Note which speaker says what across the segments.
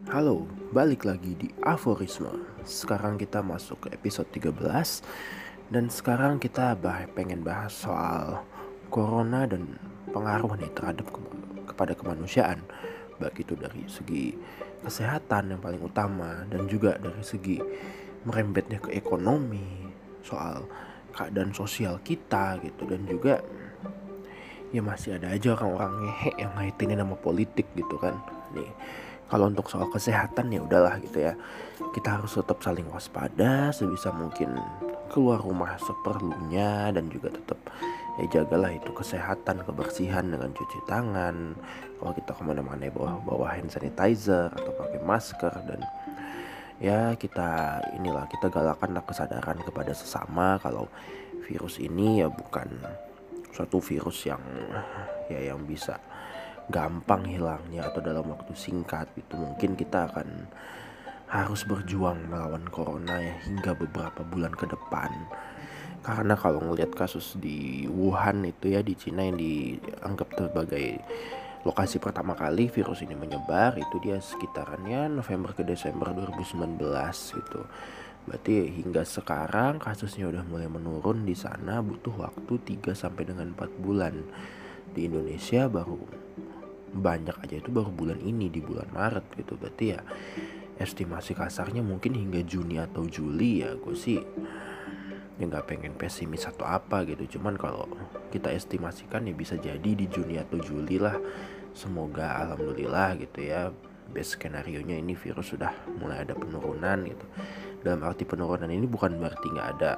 Speaker 1: Halo, balik lagi di Aforisme. Sekarang kita masuk ke episode 13. Dan sekarang kita pengen bahas soal corona dan pengaruh nih terhadap kepada kemanusiaan. Baik itu dari segi kesehatan yang paling utama, dan juga dari segi merembetnya ke ekonomi, soal keadaan sosial kita gitu. Dan juga ya masih ada aja orang-orang ngehe yang ngaitinnya nama politik gitu kan. Nih, kalau untuk soal kesehatan ya udahlah gitu ya. Kita harus tetap saling waspada, sebisa mungkin keluar rumah seperlunya, dan juga tetap jagalah itu kesehatan, kebersihan dengan cuci tangan. Kalau kita kemana-mana ya bawa hand sanitizer atau pakai masker. Dan ya kita galakanlah kesadaran kepada sesama kalau virus ini ya bukan suatu virus yang bisa gampang hilangnya atau dalam waktu singkat. Itu mungkin kita akan harus berjuang melawan corona ya hingga beberapa bulan ke depan. Karena kalau ngelihat kasus di Wuhan itu ya, di Cina, yang dianggap sebagai lokasi pertama kali virus ini menyebar, itu dia sekitarannya November ke Desember 2019 gitu. Berarti hingga sekarang kasusnya udah mulai menurun di sana, butuh waktu 3 sampai dengan 4 bulan. Di Indonesia baru banyak aja itu baru bulan ini, di bulan Maret gitu. Berarti ya estimasi kasarnya mungkin hingga Juni atau Juli ya. Gue sih ya nggak pengen pesimis atau apa gitu, cuman kalau kita estimasikan ya bisa jadi di Juni atau Juli lah. Semoga alhamdulillah gitu ya, best skenario nya ini virus sudah mulai ada penurunan gitu. Dalam arti penurunan ini bukan berarti nggak ada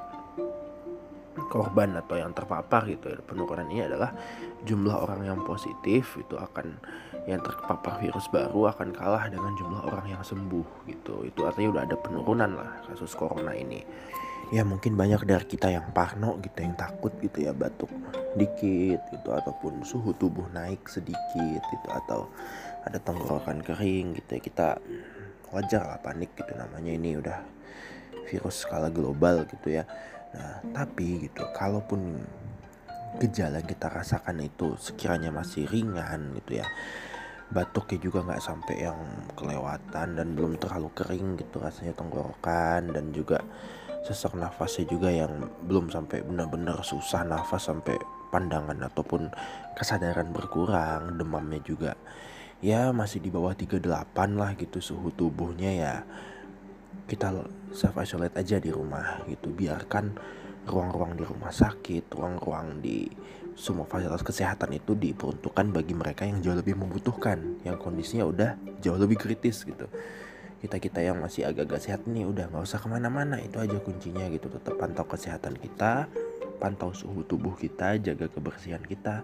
Speaker 1: korban atau yang terpapar gitu ya. Penurunan ini adalah jumlah orang yang positif itu akan, yang terpapar virus baru akan kalah dengan jumlah orang yang sembuh gitu. Itu artinya udah ada penurunan lah kasus corona ini. Ya mungkin banyak dari kita yang parno gitu, yang takut gitu ya, batuk dikit gitu, ataupun suhu tubuh naik sedikit gitu, atau ada tenggorokan kering gitu ya. Kita wajar lah panik gitu, namanya ini udah virus skala global gitu ya. Nah tapi gitu, kalaupun gejala yang kita rasakan itu sekiranya masih ringan gitu ya, batuknya juga nggak sampai yang kelewatan dan belum terlalu kering gitu rasanya tenggorokan, dan juga sesak nafasnya juga yang belum sampai benar-benar susah nafas sampai pandangan ataupun kesadaran berkurang, demamnya juga ya masih di bawah 38 lah gitu suhu tubuhnya, ya kita self isolate aja di rumah gitu. Biarkan ruang-ruang di rumah sakit, ruang-ruang di semua fasilitas kesehatan itu diperuntukkan bagi mereka yang jauh lebih membutuhkan, yang kondisinya udah jauh lebih kritis gitu. Kita yang masih agak-agak sehat nih udah nggak usah kemana-mana, itu aja kuncinya gitu. Tetap pantau kesehatan kita, pantau suhu tubuh kita, jaga kebersihan kita.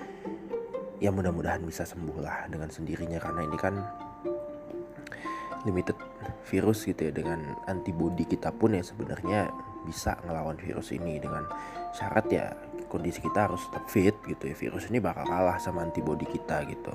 Speaker 1: Ya mudah-mudahan bisa sembuh lah dengan sendirinya, karena ini kan limited virus gitu ya. Dengan antibodi kita pun ya sebenarnya bisa ngelawan virus ini, dengan syarat ya kondisi kita harus tetap fit gitu ya. Virus ini bakal kalah sama antibodi kita gitu.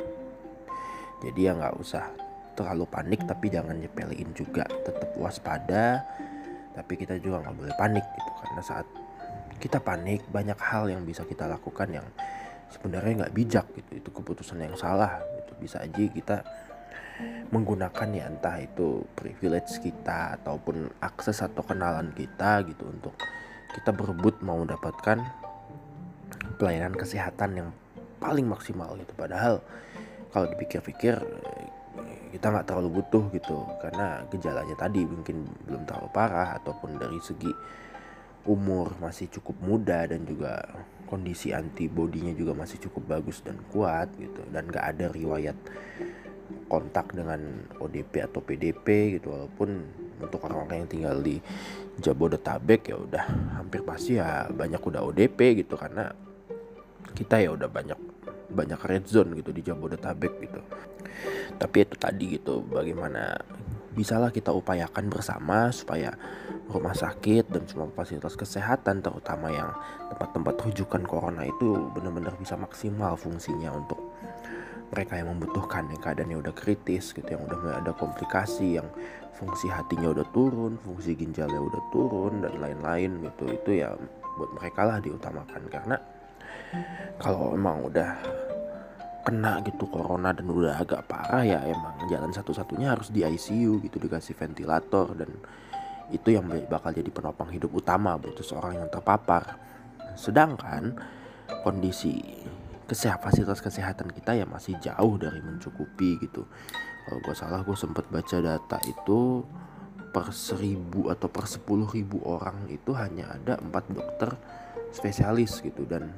Speaker 1: Jadi ya nggak usah terlalu panik, tapi jangan nyepelein juga. Tetap waspada, tapi kita juga nggak boleh panik gitu. Karena saat kita panik, banyak hal yang bisa kita lakukan yang sebenarnya nggak bijak gitu. Itu keputusan yang salah gitu. Bisa aja kita menggunakan ya entah itu privilege kita ataupun akses atau kenalan kita gitu, untuk kita berebut mau mendapatkan pelayanan kesehatan yang paling maksimal gitu. Padahal kalau dipikir-pikir kita nggak terlalu butuh gitu, karena gejalanya tadi mungkin belum terlalu parah, ataupun dari segi umur masih cukup muda, dan juga kondisi antibodinya juga masih cukup bagus dan kuat gitu, dan nggak ada riwayat kontak dengan ODP atau PDP gitu. Walaupun untuk orang-orang yang tinggal di Jabodetabek ya udah hampir pasti ya banyak udah ODP gitu, karena kita ya udah banyak red zone gitu di Jabodetabek gitu. Tapi itu tadi gitu, bagaimana bisalah kita upayakan bersama supaya rumah sakit dan semua fasilitas kesehatan, terutama yang tempat-tempat rujukan corona itu benar-benar bisa maksimal fungsinya untuk mereka yang membutuhkan, yang keadaannya udah kritis gitu, yang udah mulai ada komplikasi, yang fungsi hatinya udah turun, fungsi ginjalnya udah turun, dan lain-lain gitu. Itu ya buat mereka lah diutamakan. Karena kalau emang udah kena gitu corona dan udah agak parah, ya emang jalan satu-satunya harus di ICU gitu, dikasih ventilator, dan itu yang bakal jadi penopang hidup utama buat seseorang yang terpapar. Sedangkan kondisi fasilitas kesehatan kita ya masih jauh dari mencukupi gitu. Kalau gue salah, gue sempet baca data itu per 1.000 atau per 10.000 orang itu hanya ada 4 dokter spesialis gitu, dan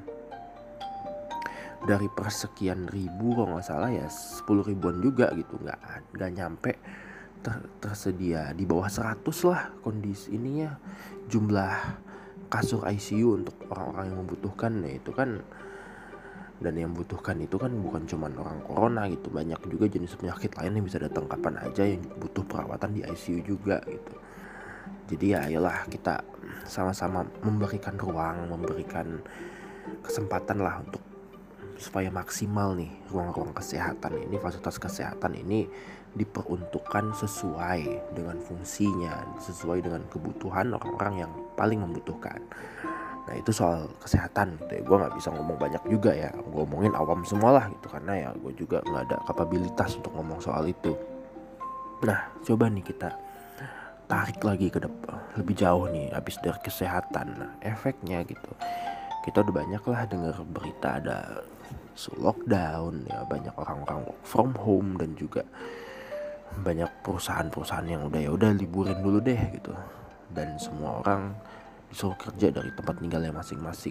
Speaker 1: dari persekian ribu kalau nggak salah ya 10 ribuan juga gitu, nggak nyampe tersedia di bawah 100 lah kondisi ininya, jumlah kasur ICU untuk orang-orang yang membutuhkan. Ya itu kan, dan yang membutuhkan itu kan bukan cuma orang corona gitu, banyak juga jenis penyakit lain yang bisa datang kapan aja yang butuh perawatan di ICU juga gitu. Jadi ya ayolah kita sama-sama memberikan ruang, memberikan kesempatan lah untuk supaya maksimal nih ruang-ruang kesehatan ini, fasilitas kesehatan ini diperuntukkan sesuai dengan fungsinya, sesuai dengan kebutuhan orang-orang yang paling membutuhkan. Nah itu soal kesehatan gitu ya. Gue gak bisa ngomong banyak juga ya, gue ngomongin awam semua lah gitu, karena ya gue juga gak ada kapabilitas untuk ngomong soal itu. Nah coba nih kita tarik lagi ke depan lebih jauh nih, habis dari kesehatan. Nah efeknya gitu, kita udah banyak lah dengar berita ada lockdown ya, banyak orang-orang work from home, dan juga banyak perusahaan-perusahaan yang udah liburin dulu deh gitu, dan semua orang disuruh kerja dari tempat tinggalnya masing-masing.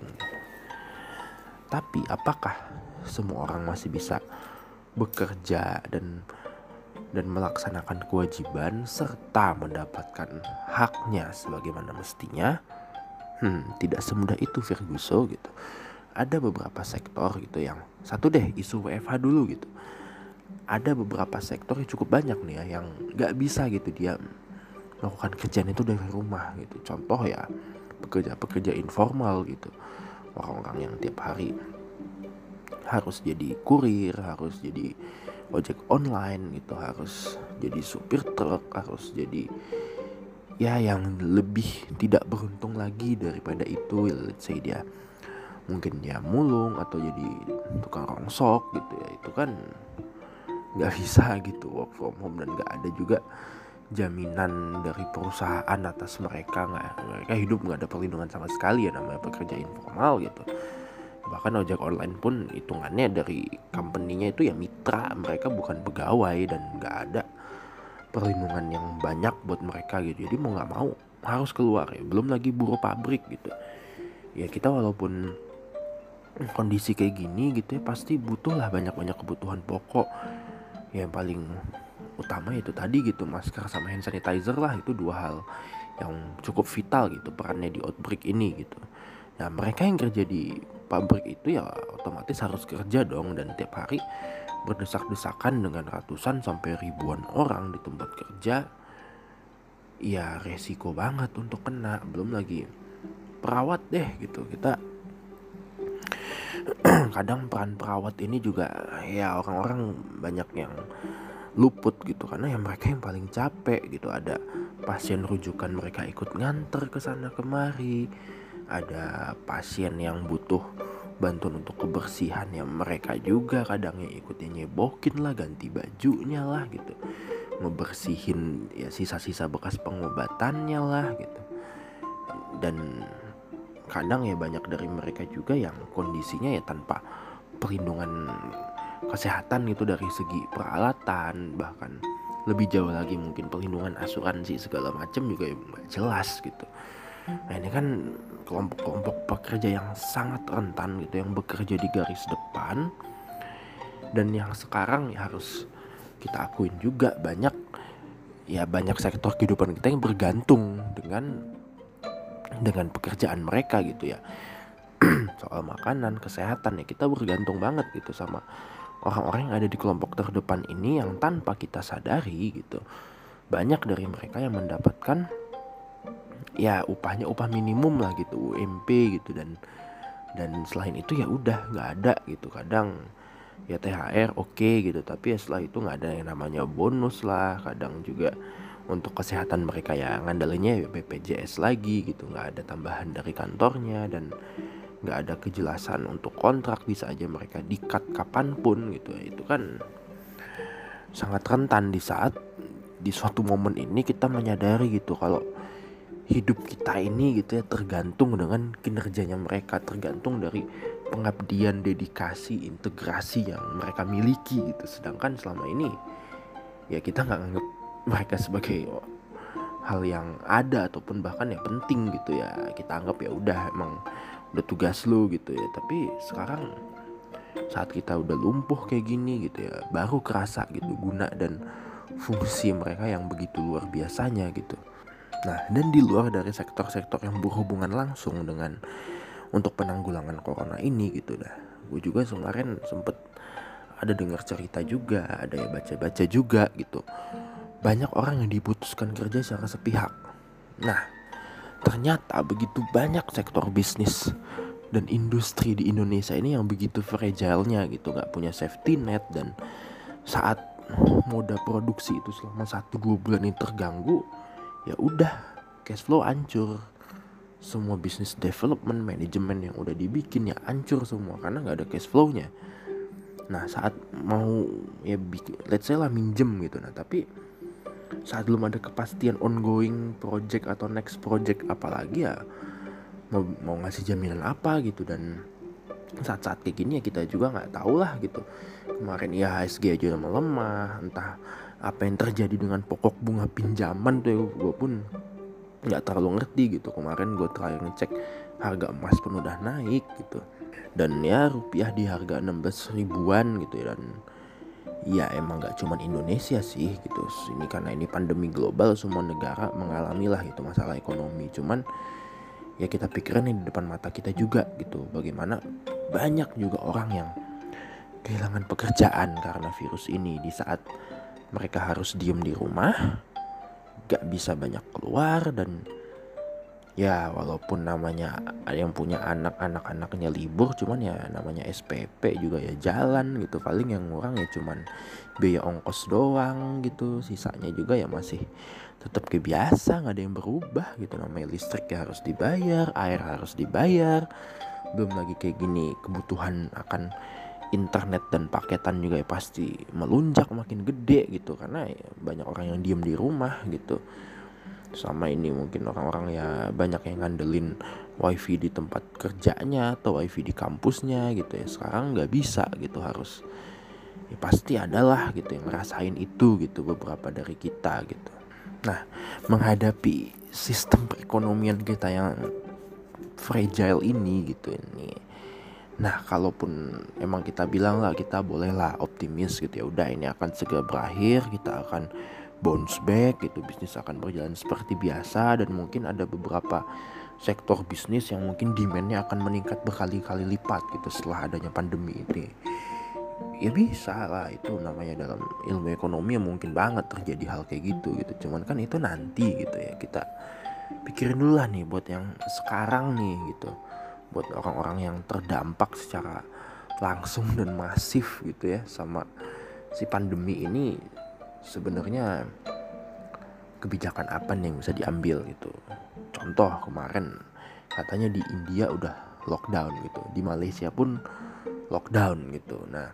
Speaker 1: Tapi apakah semua orang masih bisa bekerja dan melaksanakan kewajiban serta mendapatkan haknya sebagaimana mestinya? Tidak semudah itu Virguso gitu. Ada beberapa sektor gitu yang satu deh, isu WFH dulu gitu. Ada beberapa sektor yang cukup banyak nih ya yang gak bisa gitu dia melakukan kerjaan itu dari rumah gitu. Contoh ya pekerja informal gitu, orang-orang yang tiap hari harus jadi kurir, harus jadi ojek online gitu, harus jadi supir truk, harus jadi ya yang lebih tidak beruntung lagi daripada itu. Let's say dia mungkin dia mulung atau jadi tukang rongsok gitu ya, itu kan nggak bisa gitu work from home, dan nggak ada juga jaminan dari perusahaan atas mereka hidup, nggak ada perlindungan sama sekali ya, namanya pekerja informal gitu. Bahkan ojek online pun hitungannya dari company-nya itu ya mitra, mereka bukan pegawai, dan nggak ada perlindungan yang banyak buat mereka gitu. Jadi mau nggak mau harus keluar ya, belum lagi buruh pabrik gitu ya. Kita walaupun kondisi kayak gini gitu ya, pasti butuh lah banyak-banyak kebutuhan pokok. Yang paling utama itu tadi gitu, masker sama hand sanitizer lah, itu dua hal yang cukup vital gitu perannya di outbreak ini gitu. Nah mereka yang kerja di pabrik itu ya otomatis harus kerja dong, dan tiap hari berdesak-desakan dengan ratusan sampai ribuan orang di tempat kerja. Ya resiko banget untuk kena, belum lagi perawat deh gitu. Kita kadang peran perawat ini juga ya orang-orang banyak yang luput gitu, karena ya mereka yang paling capek gitu. Ada pasien rujukan mereka ikut nganter ke sana kemari, ada pasien yang butuh bantuan untuk kebersihan ya mereka juga kadangnya ikutnya nyebokin lah, ganti bajunya lah gitu, ngebersihin ya sisa-sisa bekas pengobatannya lah gitu. Dan kadang ya banyak dari mereka juga yang kondisinya ya tanpa perlindungan kesehatan gitu, dari segi peralatan, bahkan lebih jauh lagi mungkin perlindungan asuransi segala macam juga ya gak jelas gitu. Nah ini kan kelompok-kelompok pekerja yang sangat rentan gitu, yang bekerja di garis depan, dan yang sekarang ya harus kita akuin juga banyak sektor kehidupan kita yang bergantung dengan pekerjaan mereka gitu ya. Soal makanan, kesehatan ya kita bergantung banget gitu sama orang-orang yang ada di kelompok terdepan ini, yang tanpa kita sadari gitu banyak dari mereka yang mendapatkan ya upahnya upah minimum lah gitu, UMP gitu, dan selain itu ya udah nggak ada gitu. Kadang ya THR oke gitu, tapi ya setelah itu nggak ada yang namanya bonus lah. Kadang juga untuk kesehatan mereka ya ngandalinnya BPJS lagi gitu, nggak ada tambahan dari kantornya, dan nggak ada kejelasan untuk kontrak, bisa aja mereka di-cut kapanpun gitu. Itu kan sangat rentan di saat di suatu momen ini kita menyadari gitu kalau hidup kita ini gitu ya tergantung dengan kinerjanya mereka, tergantung dari pengabdian, dedikasi, integrasi yang mereka miliki gitu. Sedangkan selama ini ya kita nggak anggap mereka sebagai hal yang ada ataupun bahkan yang penting gitu ya. Kita anggap ya udah, emang udah tugas lu gitu ya. Tapi sekarang saat kita udah lumpuh kayak gini gitu ya, baru kerasa gitu guna dan fungsi mereka yang begitu luar biasanya gitu. Nah, dan di luar dari sektor-sektor yang berhubungan langsung dengan untuk penanggulangan corona ini gitu dah, gue juga kemarin sempet ada dengar cerita juga, ada ya baca-baca juga gitu, banyak orang yang diputuskan kerja secara sepihak. Nah, ternyata begitu banyak sektor bisnis dan industri di Indonesia ini yang begitu fragile-nya gitu, gak punya safety net. Dan saat moda produksi itu selama 1-2 bulan ini terganggu, ya udah, cash flow hancur. Semua bisnis development, manajemen yang udah dibikin ya hancur semua karena gak ada cash flow-nya. Nah, saat mau ya let's say lah minjem gitu, nah tapi saat belum ada kepastian ongoing project atau next project, apalagi ya mau ngasih jaminan apa gitu. Dan saat-saat kayak gini ya kita juga nggak tahu lah gitu. Kemarin IHSG aja udah melemah, entah apa yang terjadi dengan pokok bunga pinjaman tuh, gue pun nggak terlalu ngerti gitu. Kemarin gue terakhir ngecek harga emas pun udah naik gitu, dan ya rupiah di harga 16 ribuan gitu ya. Dan ya emang gak cuman Indonesia sih gitu, ini karena ini pandemi global, semua negara mengalami lah itu masalah ekonomi. Cuman ya kita pikirin di depan mata kita juga gitu, bagaimana banyak juga orang yang kehilangan pekerjaan karena virus ini. Di saat mereka harus diem di rumah, gak bisa banyak keluar, dan ya walaupun namanya ada yang punya anak-anaknya libur, cuman ya namanya SPP juga ya jalan gitu. Paling yang ngurang ya cuman biaya ongkos doang gitu, sisanya juga ya masih tetap kayak biasa, nggak ada yang berubah gitu. Namanya listrik ya harus dibayar, air harus dibayar, belum lagi kayak gini kebutuhan akan internet dan paketan juga ya pasti melunjak makin gede gitu, karena ya banyak orang yang diem di rumah gitu. Sama ini mungkin orang-orang ya banyak yang ngandelin wifi di tempat kerjanya atau wifi di kampusnya gitu ya. Sekarang nggak bisa gitu, harus ya pasti adalah gitu yang ngerasain itu gitu, beberapa dari kita gitu. Nah, menghadapi sistem perekonomian kita yang fragile ini gitu ini, nah kalaupun emang kita bilang lah, kita bolehlah optimis gitu ya, udah ini akan segera berakhir, kita akan bounce back gitu, bisnis akan berjalan seperti biasa. Dan mungkin ada beberapa sektor bisnis yang mungkin demand-nya akan meningkat berkali-kali lipat gitu setelah adanya pandemi ini. Ya bisa lah, itu namanya dalam ilmu ekonomi mungkin banget terjadi hal kayak gitu. Cuman kan itu nanti gitu ya, kita pikirin dulu lah nih buat yang sekarang nih gitu, buat orang-orang yang terdampak secara langsung dan masif gitu ya sama si pandemi ini. Sebenarnya kebijakan apa nih yang bisa diambil gitu. Contoh kemarin katanya di India udah lockdown gitu, di Malaysia pun lockdown gitu. Nah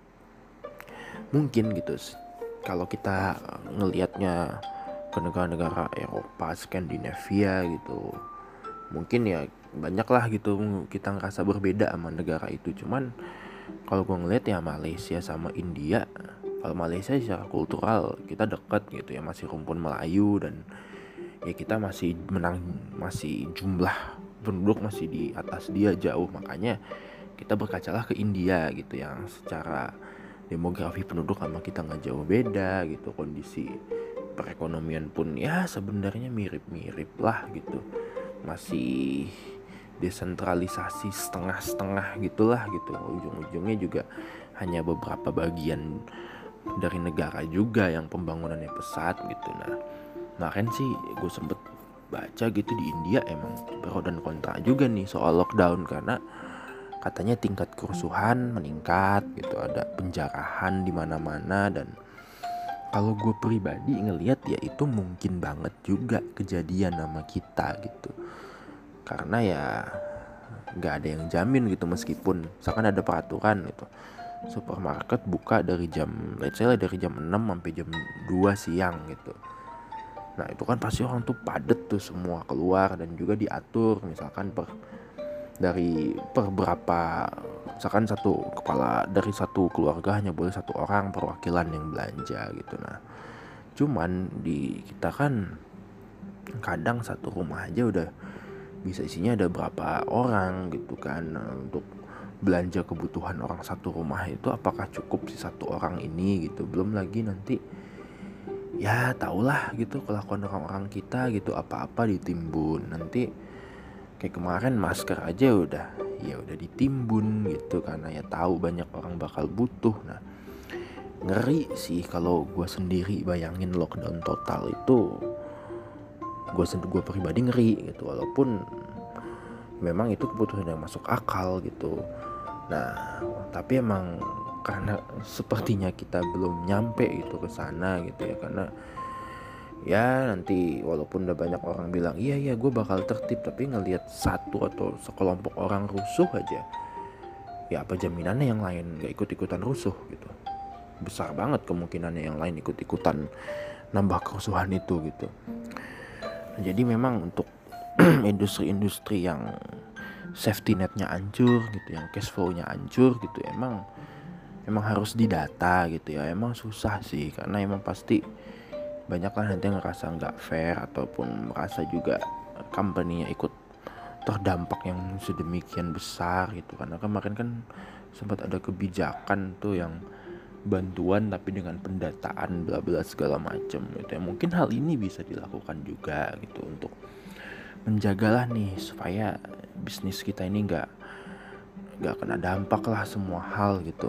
Speaker 1: mungkin gitu kalau kita ngelihatnya ke negara-negara Eropa, Skandinavia gitu, mungkin ya banyak lah gitu kita ngerasa berbeda sama negara itu. Cuman kalau gue ngeliat ya Malaysia sama India, kalau Malaysia secara kultural kita dekat gitu ya, masih rumpun Melayu, dan ya kita masih masih jumlah penduduk masih di atas dia jauh. Makanya kita berkacalah ke India gitu, yang secara demografi penduduk sama kita nggak jauh beda gitu. Kondisi perekonomian pun ya sebenarnya mirip-mirip lah gitu, masih desentralisasi setengah-setengah gitulah gitu. Ujung-ujungnya juga hanya beberapa bagian dari negara juga yang pembangunannya pesat gitu. Nah kemarin sih gue sempet baca gitu, di India emang pro dan kontra juga nih soal lockdown, karena katanya tingkat kerusuhan meningkat gitu, ada penjarahan di mana-mana. Dan kalau gue pribadi ngelihat ya itu mungkin banget juga kejadian sama kita gitu, karena ya nggak ada yang jamin gitu, meskipun misalkan ada peraturan gitu, supermarket buka dari jam, let's say lah dari jam 6 sampai jam 2 siang gitu. Nah itu kan pasti orang tuh padet tuh semua keluar, dan juga diatur misalkan per berapa, misalkan satu kepala dari satu keluarga hanya boleh satu orang perwakilan yang belanja gitu. Nah cuman di kita kan kadang satu rumah aja udah bisa isinya ada berapa orang gitu kan. Nah, untuk belanja kebutuhan orang satu rumah itu apakah cukup si satu orang ini gitu, belum lagi nanti ya tahulah gitu kelakuan orang-orang kita gitu, apa-apa ditimbun. Nanti kayak kemarin masker aja udah ditimbun gitu, karena ya tahu banyak orang bakal butuh. Nah ngeri sih kalau gue sendiri bayangin lockdown total itu, gue pribadi ngeri gitu, walaupun memang itu kebutuhan yang masuk akal gitu. Nah tapi emang karena sepertinya kita belum nyampe gitu ke sana gitu ya, karena ya nanti walaupun udah banyak orang bilang iya gue bakal tertib, tapi ngelihat satu atau sekelompok orang rusuh aja, ya apa jaminannya yang lain gak ikut-ikutan rusuh gitu. Besar banget kemungkinannya yang lain ikut-ikutan nambah kerusuhan itu gitu. Jadi memang untuk industri-industri yang safety netnya hancur gitu, yang cash flow-nya hancur gitu, emang harus didata gitu ya. Emang susah sih, karena emang pasti banyak lah nanti yang ngerasa nggak fair, ataupun merasa juga company-nya ikut terdampak yang sedemikian besar gitu. Karena kemarin kan sempat ada kebijakan tuh yang bantuan tapi dengan pendataan bla bla segala macam gitu ya. Mungkin hal ini bisa dilakukan juga gitu untuk menjagalah nih supaya bisnis kita ini nggak kena dampak lah semua hal gitu.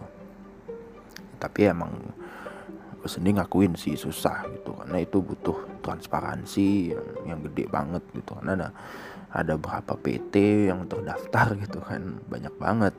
Speaker 1: Tapi emang gue sendiri ngakuin sih susah gitu, karena itu butuh transparansi yang gede banget gitu. Karena ada berapa PT yang terdaftar gitu kan, banyak banget.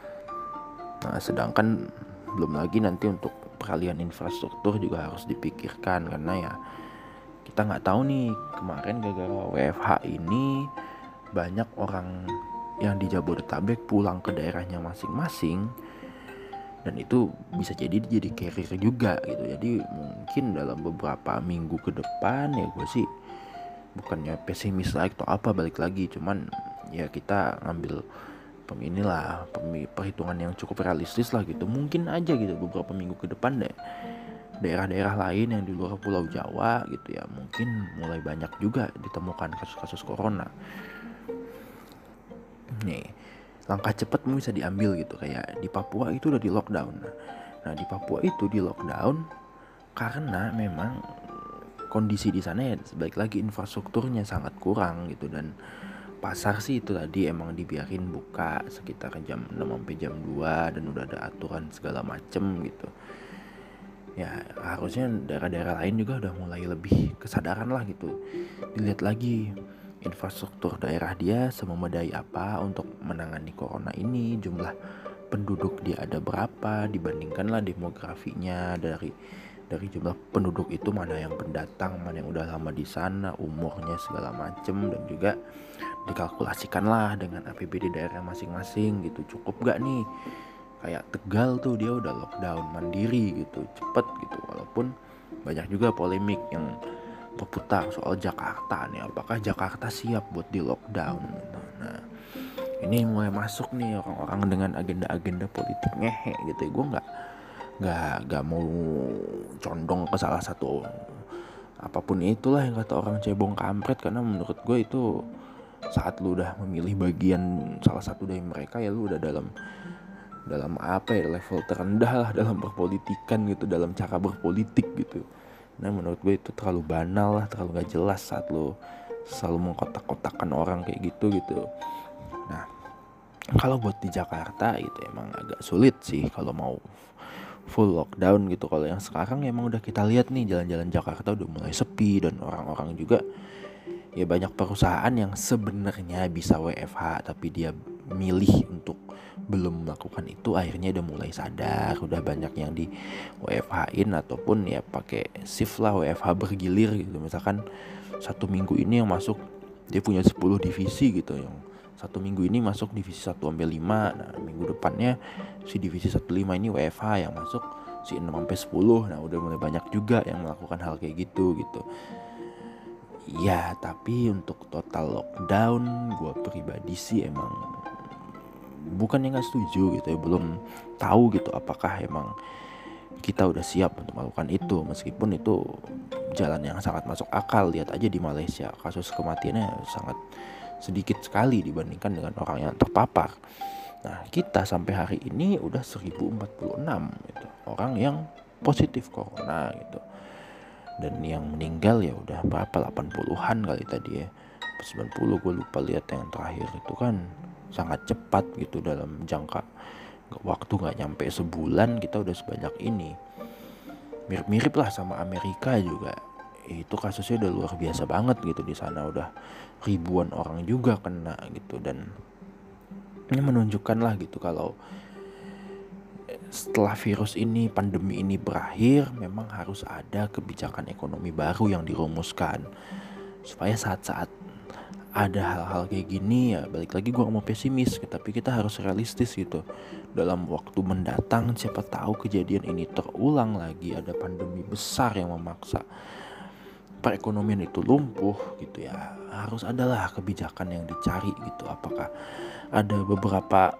Speaker 1: Nah sedangkan belum lagi nanti untuk peralihan infrastruktur juga harus dipikirkan, karena ya kita nggak tahu nih kemarin gara-gara WFH ini banyak orang yang di Jabodetabek pulang ke daerahnya masing-masing, dan itu bisa jadi carrier juga gitu. Jadi mungkin dalam beberapa minggu ke depan, ya gue sih bukannya pesimis lagi atau apa, balik lagi, cuman ya kita ngambil perhitungan yang cukup realistis lah gitu. Mungkin aja gitu beberapa minggu ke depan deh daerah-daerah lain yang di luar Pulau Jawa gitu ya, mungkin mulai banyak juga ditemukan kasus-kasus corona. Nih langkah cepat bisa diambil gitu, kayak di Papua itu udah di lockdown. Nah di Papua itu di lockdown karena memang kondisi di sana ya balik lagi infrastrukturnya sangat kurang gitu, dan pasar sih itu tadi emang dibiarin buka sekitar jam 6 sampai jam 2, dan udah ada aturan segala macem gitu. Ya harusnya daerah-daerah lain juga udah mulai lebih kesadaran lah gitu. Dilihat lagi infrastruktur daerah dia sememadai apa untuk menangani corona ini, jumlah penduduk dia ada berapa, dibandingkanlah demografinya dari jumlah penduduk itu, mana yang pendatang, mana yang udah lama di sana, umurnya segala macem, dan juga dikalkulasikanlah dengan APBD daerah masing-masing gitu. Cukup gak nih, kayak Tegal tuh dia udah lockdown mandiri gitu, cepet gitu. Walaupun banyak juga polemik yang berputar soal Jakarta nih, apakah Jakarta siap buat di lockdown gitu. Nah ini mulai masuk nih orang-orang dengan agenda-agenda politik ngehe gitu. Gue nggak mau condong ke salah satu apapun itulah yang kata orang cebong kampret, karena menurut gue itu saat lu udah memilih bagian salah satu dari mereka, ya lu udah dalam apa ya, level terendah lah dalam berpolitikan gitu, dalam cara berpolitik gitu. Nah menurut gue itu terlalu banal lah, terlalu gak jelas saat lu selalu mengkotak-kotakan orang kayak gitu. Nah kalau buat di Jakarta itu emang agak sulit sih kalau mau full lockdown gitu. Kalau yang sekarang emang udah kita lihat nih, jalan-jalan Jakarta udah mulai sepi, dan orang-orang juga ya banyak perusahaan yang sebenarnya bisa WFH tapi dia milih untuk belum melakukan itu. Akhirnya udah mulai sadar, udah banyak yang di WFH-in ataupun ya pakai shift lah, WFH bergilir gitu. Misalkan satu minggu ini yang masuk dia punya 10 divisi gitu, yang satu minggu ini masuk divisi 1-5. Nah minggu depannya si divisi 1-5 ini WFH yang masuk si 6-10. Nah udah mulai banyak juga yang melakukan hal kayak gitu. Ya tapi untuk total lockdown gue pribadi sih emang bukannya gak setuju gitu ya, belum tahu gitu apakah emang kita udah siap untuk melakukan itu. Meskipun itu jalan yang sangat masuk akal. Lihat aja di Malaysia, kasus kematiannya sangat sedikit sekali dibandingkan dengan orang yang terpapar. Nah kita sampai hari ini udah 1046 gitu, orang yang positif corona gitu. Dan yang meninggal ya udah berapa, 80-an kali tadi ya, 90 gue lupa lihat yang terakhir. Itu kan sangat cepat gitu, dalam jangka waktu gak nyampe sebulan kita udah sebanyak ini. Mirip-mirip lah sama Amerika juga, itu kasusnya udah luar biasa banget gitu. Di sana udah ribuan orang juga kena gitu. Dan ini menunjukkan lah gitu kalau setelah virus ini, pandemi ini berakhir, memang harus ada kebijakan ekonomi baru yang dirumuskan supaya saat-saat ada hal-hal kayak gini, ya balik lagi gue gak mau pesimis, tapi kita harus realistis gitu. Dalam waktu mendatang siapa tahu kejadian ini terulang lagi, ada pandemi besar yang memaksa perekonomian itu lumpuh gitu ya. Harus adalah kebijakan yang dicari gitu. Apakah ada beberapa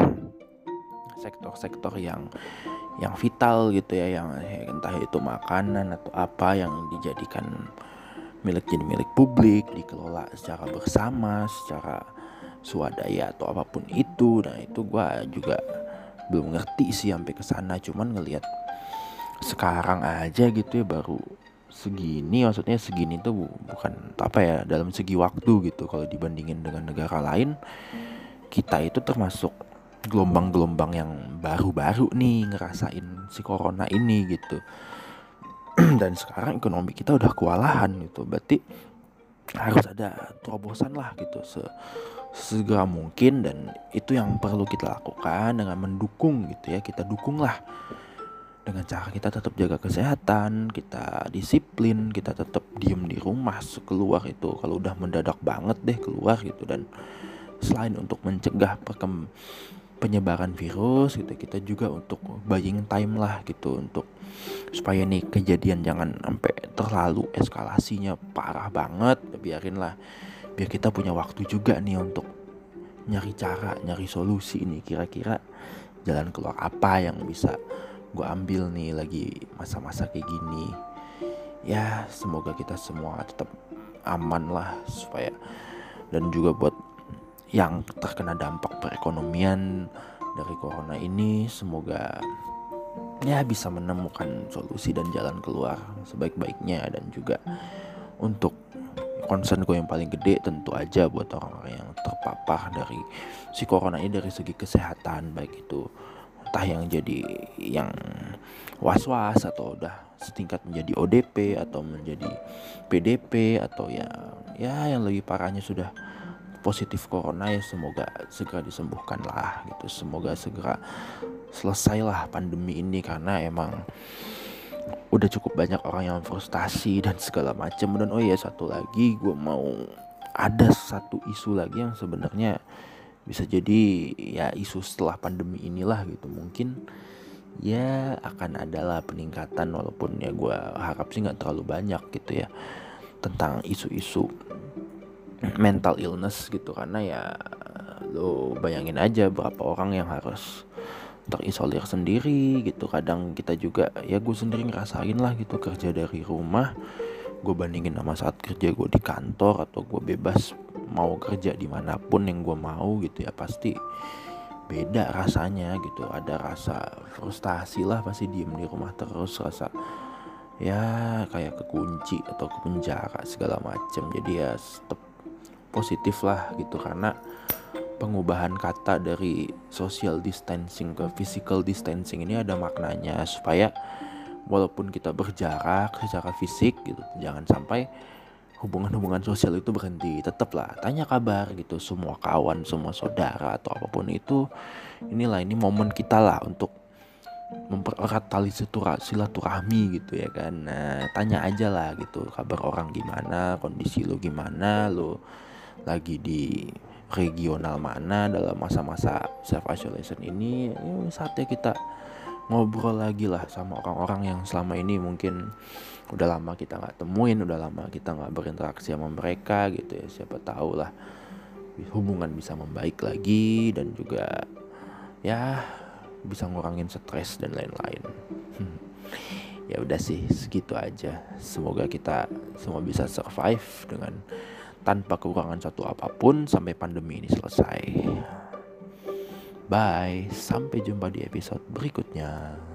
Speaker 1: sektor-sektor yang vital gitu ya, yang entah itu makanan atau apa yang dijadikan jadi milik publik, dikelola secara bersama, secara swadaya atau apapun itu. Nah itu gue juga belum ngerti sih sampai kesana. Cuman ngelihat sekarang aja gitu ya, baru segini, maksudnya segini tuh bukan apa ya, dalam segi waktu gitu. Kalau dibandingin dengan negara lain, kita itu termasuk gelombang-gelombang yang baru-baru nih ngerasain si corona ini gitu. Dan sekarang ekonomi kita udah kewalahan gitu. Berarti harus ada terobosan lah gitu segera mungkin. Dan itu yang perlu kita lakukan dengan mendukung gitu ya. Kita dukung lah dengan cara kita tetap jaga kesehatan, kita disiplin, kita tetap diem di rumah. Keluar itu kalau udah mendadak banget deh keluar gitu. Dan selain untuk mencegah penyebaran virus gitu, kita juga untuk buying time lah gitu, untuk supaya nih kejadian jangan sampai terlalu eskalasinya parah banget. Biar kita punya waktu juga nih untuk nyari solusi nih, kira-kira jalan keluar apa yang bisa gue ambil nih lagi masa-masa kayak gini. Ya semoga kita semua tetap aman lah, supaya dan juga buat yang terkena dampak perekonomian dari corona ini, semoga ya bisa menemukan solusi dan jalan keluar sebaik-baiknya. Dan juga untuk concern gue yang paling gede tentu aja buat orang-orang yang terpapar dari si corona ini dari segi kesehatan, baik itu entah yang jadi yang was-was atau udah setingkat menjadi ODP atau menjadi PDP atau ya yang lebih parahnya sudah positif corona, ya semoga segera disembuhkan lah gitu. Semoga segera selesailah pandemi ini, karena emang udah cukup banyak orang yang frustasi dan segala macam. Dan satu lagi, gue mau ada satu isu lagi yang sebenarnya bisa jadi ya isu setelah pandemi inilah gitu. Mungkin ya akan adalah peningkatan, walaupun ya gue harap sih nggak terlalu banyak gitu ya, tentang isu-isu mental illness gitu. Karena ya lo bayangin aja berapa orang yang harus terisolir sendiri gitu. Kadang kita juga ya, gue sendiri ngerasain lah gitu, kerja dari rumah. Gue bandingin sama saat kerja gue di kantor atau gue bebas mau kerja dimanapun yang gue mau gitu ya, pasti beda rasanya gitu. Ada rasa frustasi lah, pasti diem di rumah terus, rasa ya kayak kekunci atau ke penjara segala macam. Jadi ya tetap positif lah gitu, karena pengubahan kata dari social distancing ke physical distancing ini ada maknanya, supaya walaupun kita berjarak secara fisik gitu, jangan sampai hubungan-hubungan sosial itu berhenti. Tetaplah tanya kabar gitu semua kawan, semua saudara atau apapun itu. Ini momen kita lah untuk mempererat tali silaturahmi gitu ya kan. Nah, tanya aja lah gitu kabar orang gimana, kondisi lu gimana, lu lagi di regional mana dalam masa-masa self isolation ini, ya saatnya kita ngobrol lagi lah sama orang-orang yang selama ini mungkin udah lama kita nggak temuin, udah lama kita nggak berinteraksi sama mereka gitu ya. Siapa tahu lah hubungan bisa membaik lagi dan juga ya bisa ngurangin stres dan lain-lain. Ya udah sih, segitu aja. Semoga kita semua bisa survive dengan tanpa kekurangan satu apapun sampai pandemi ini selesai. Bye, sampai jumpa di episode berikutnya.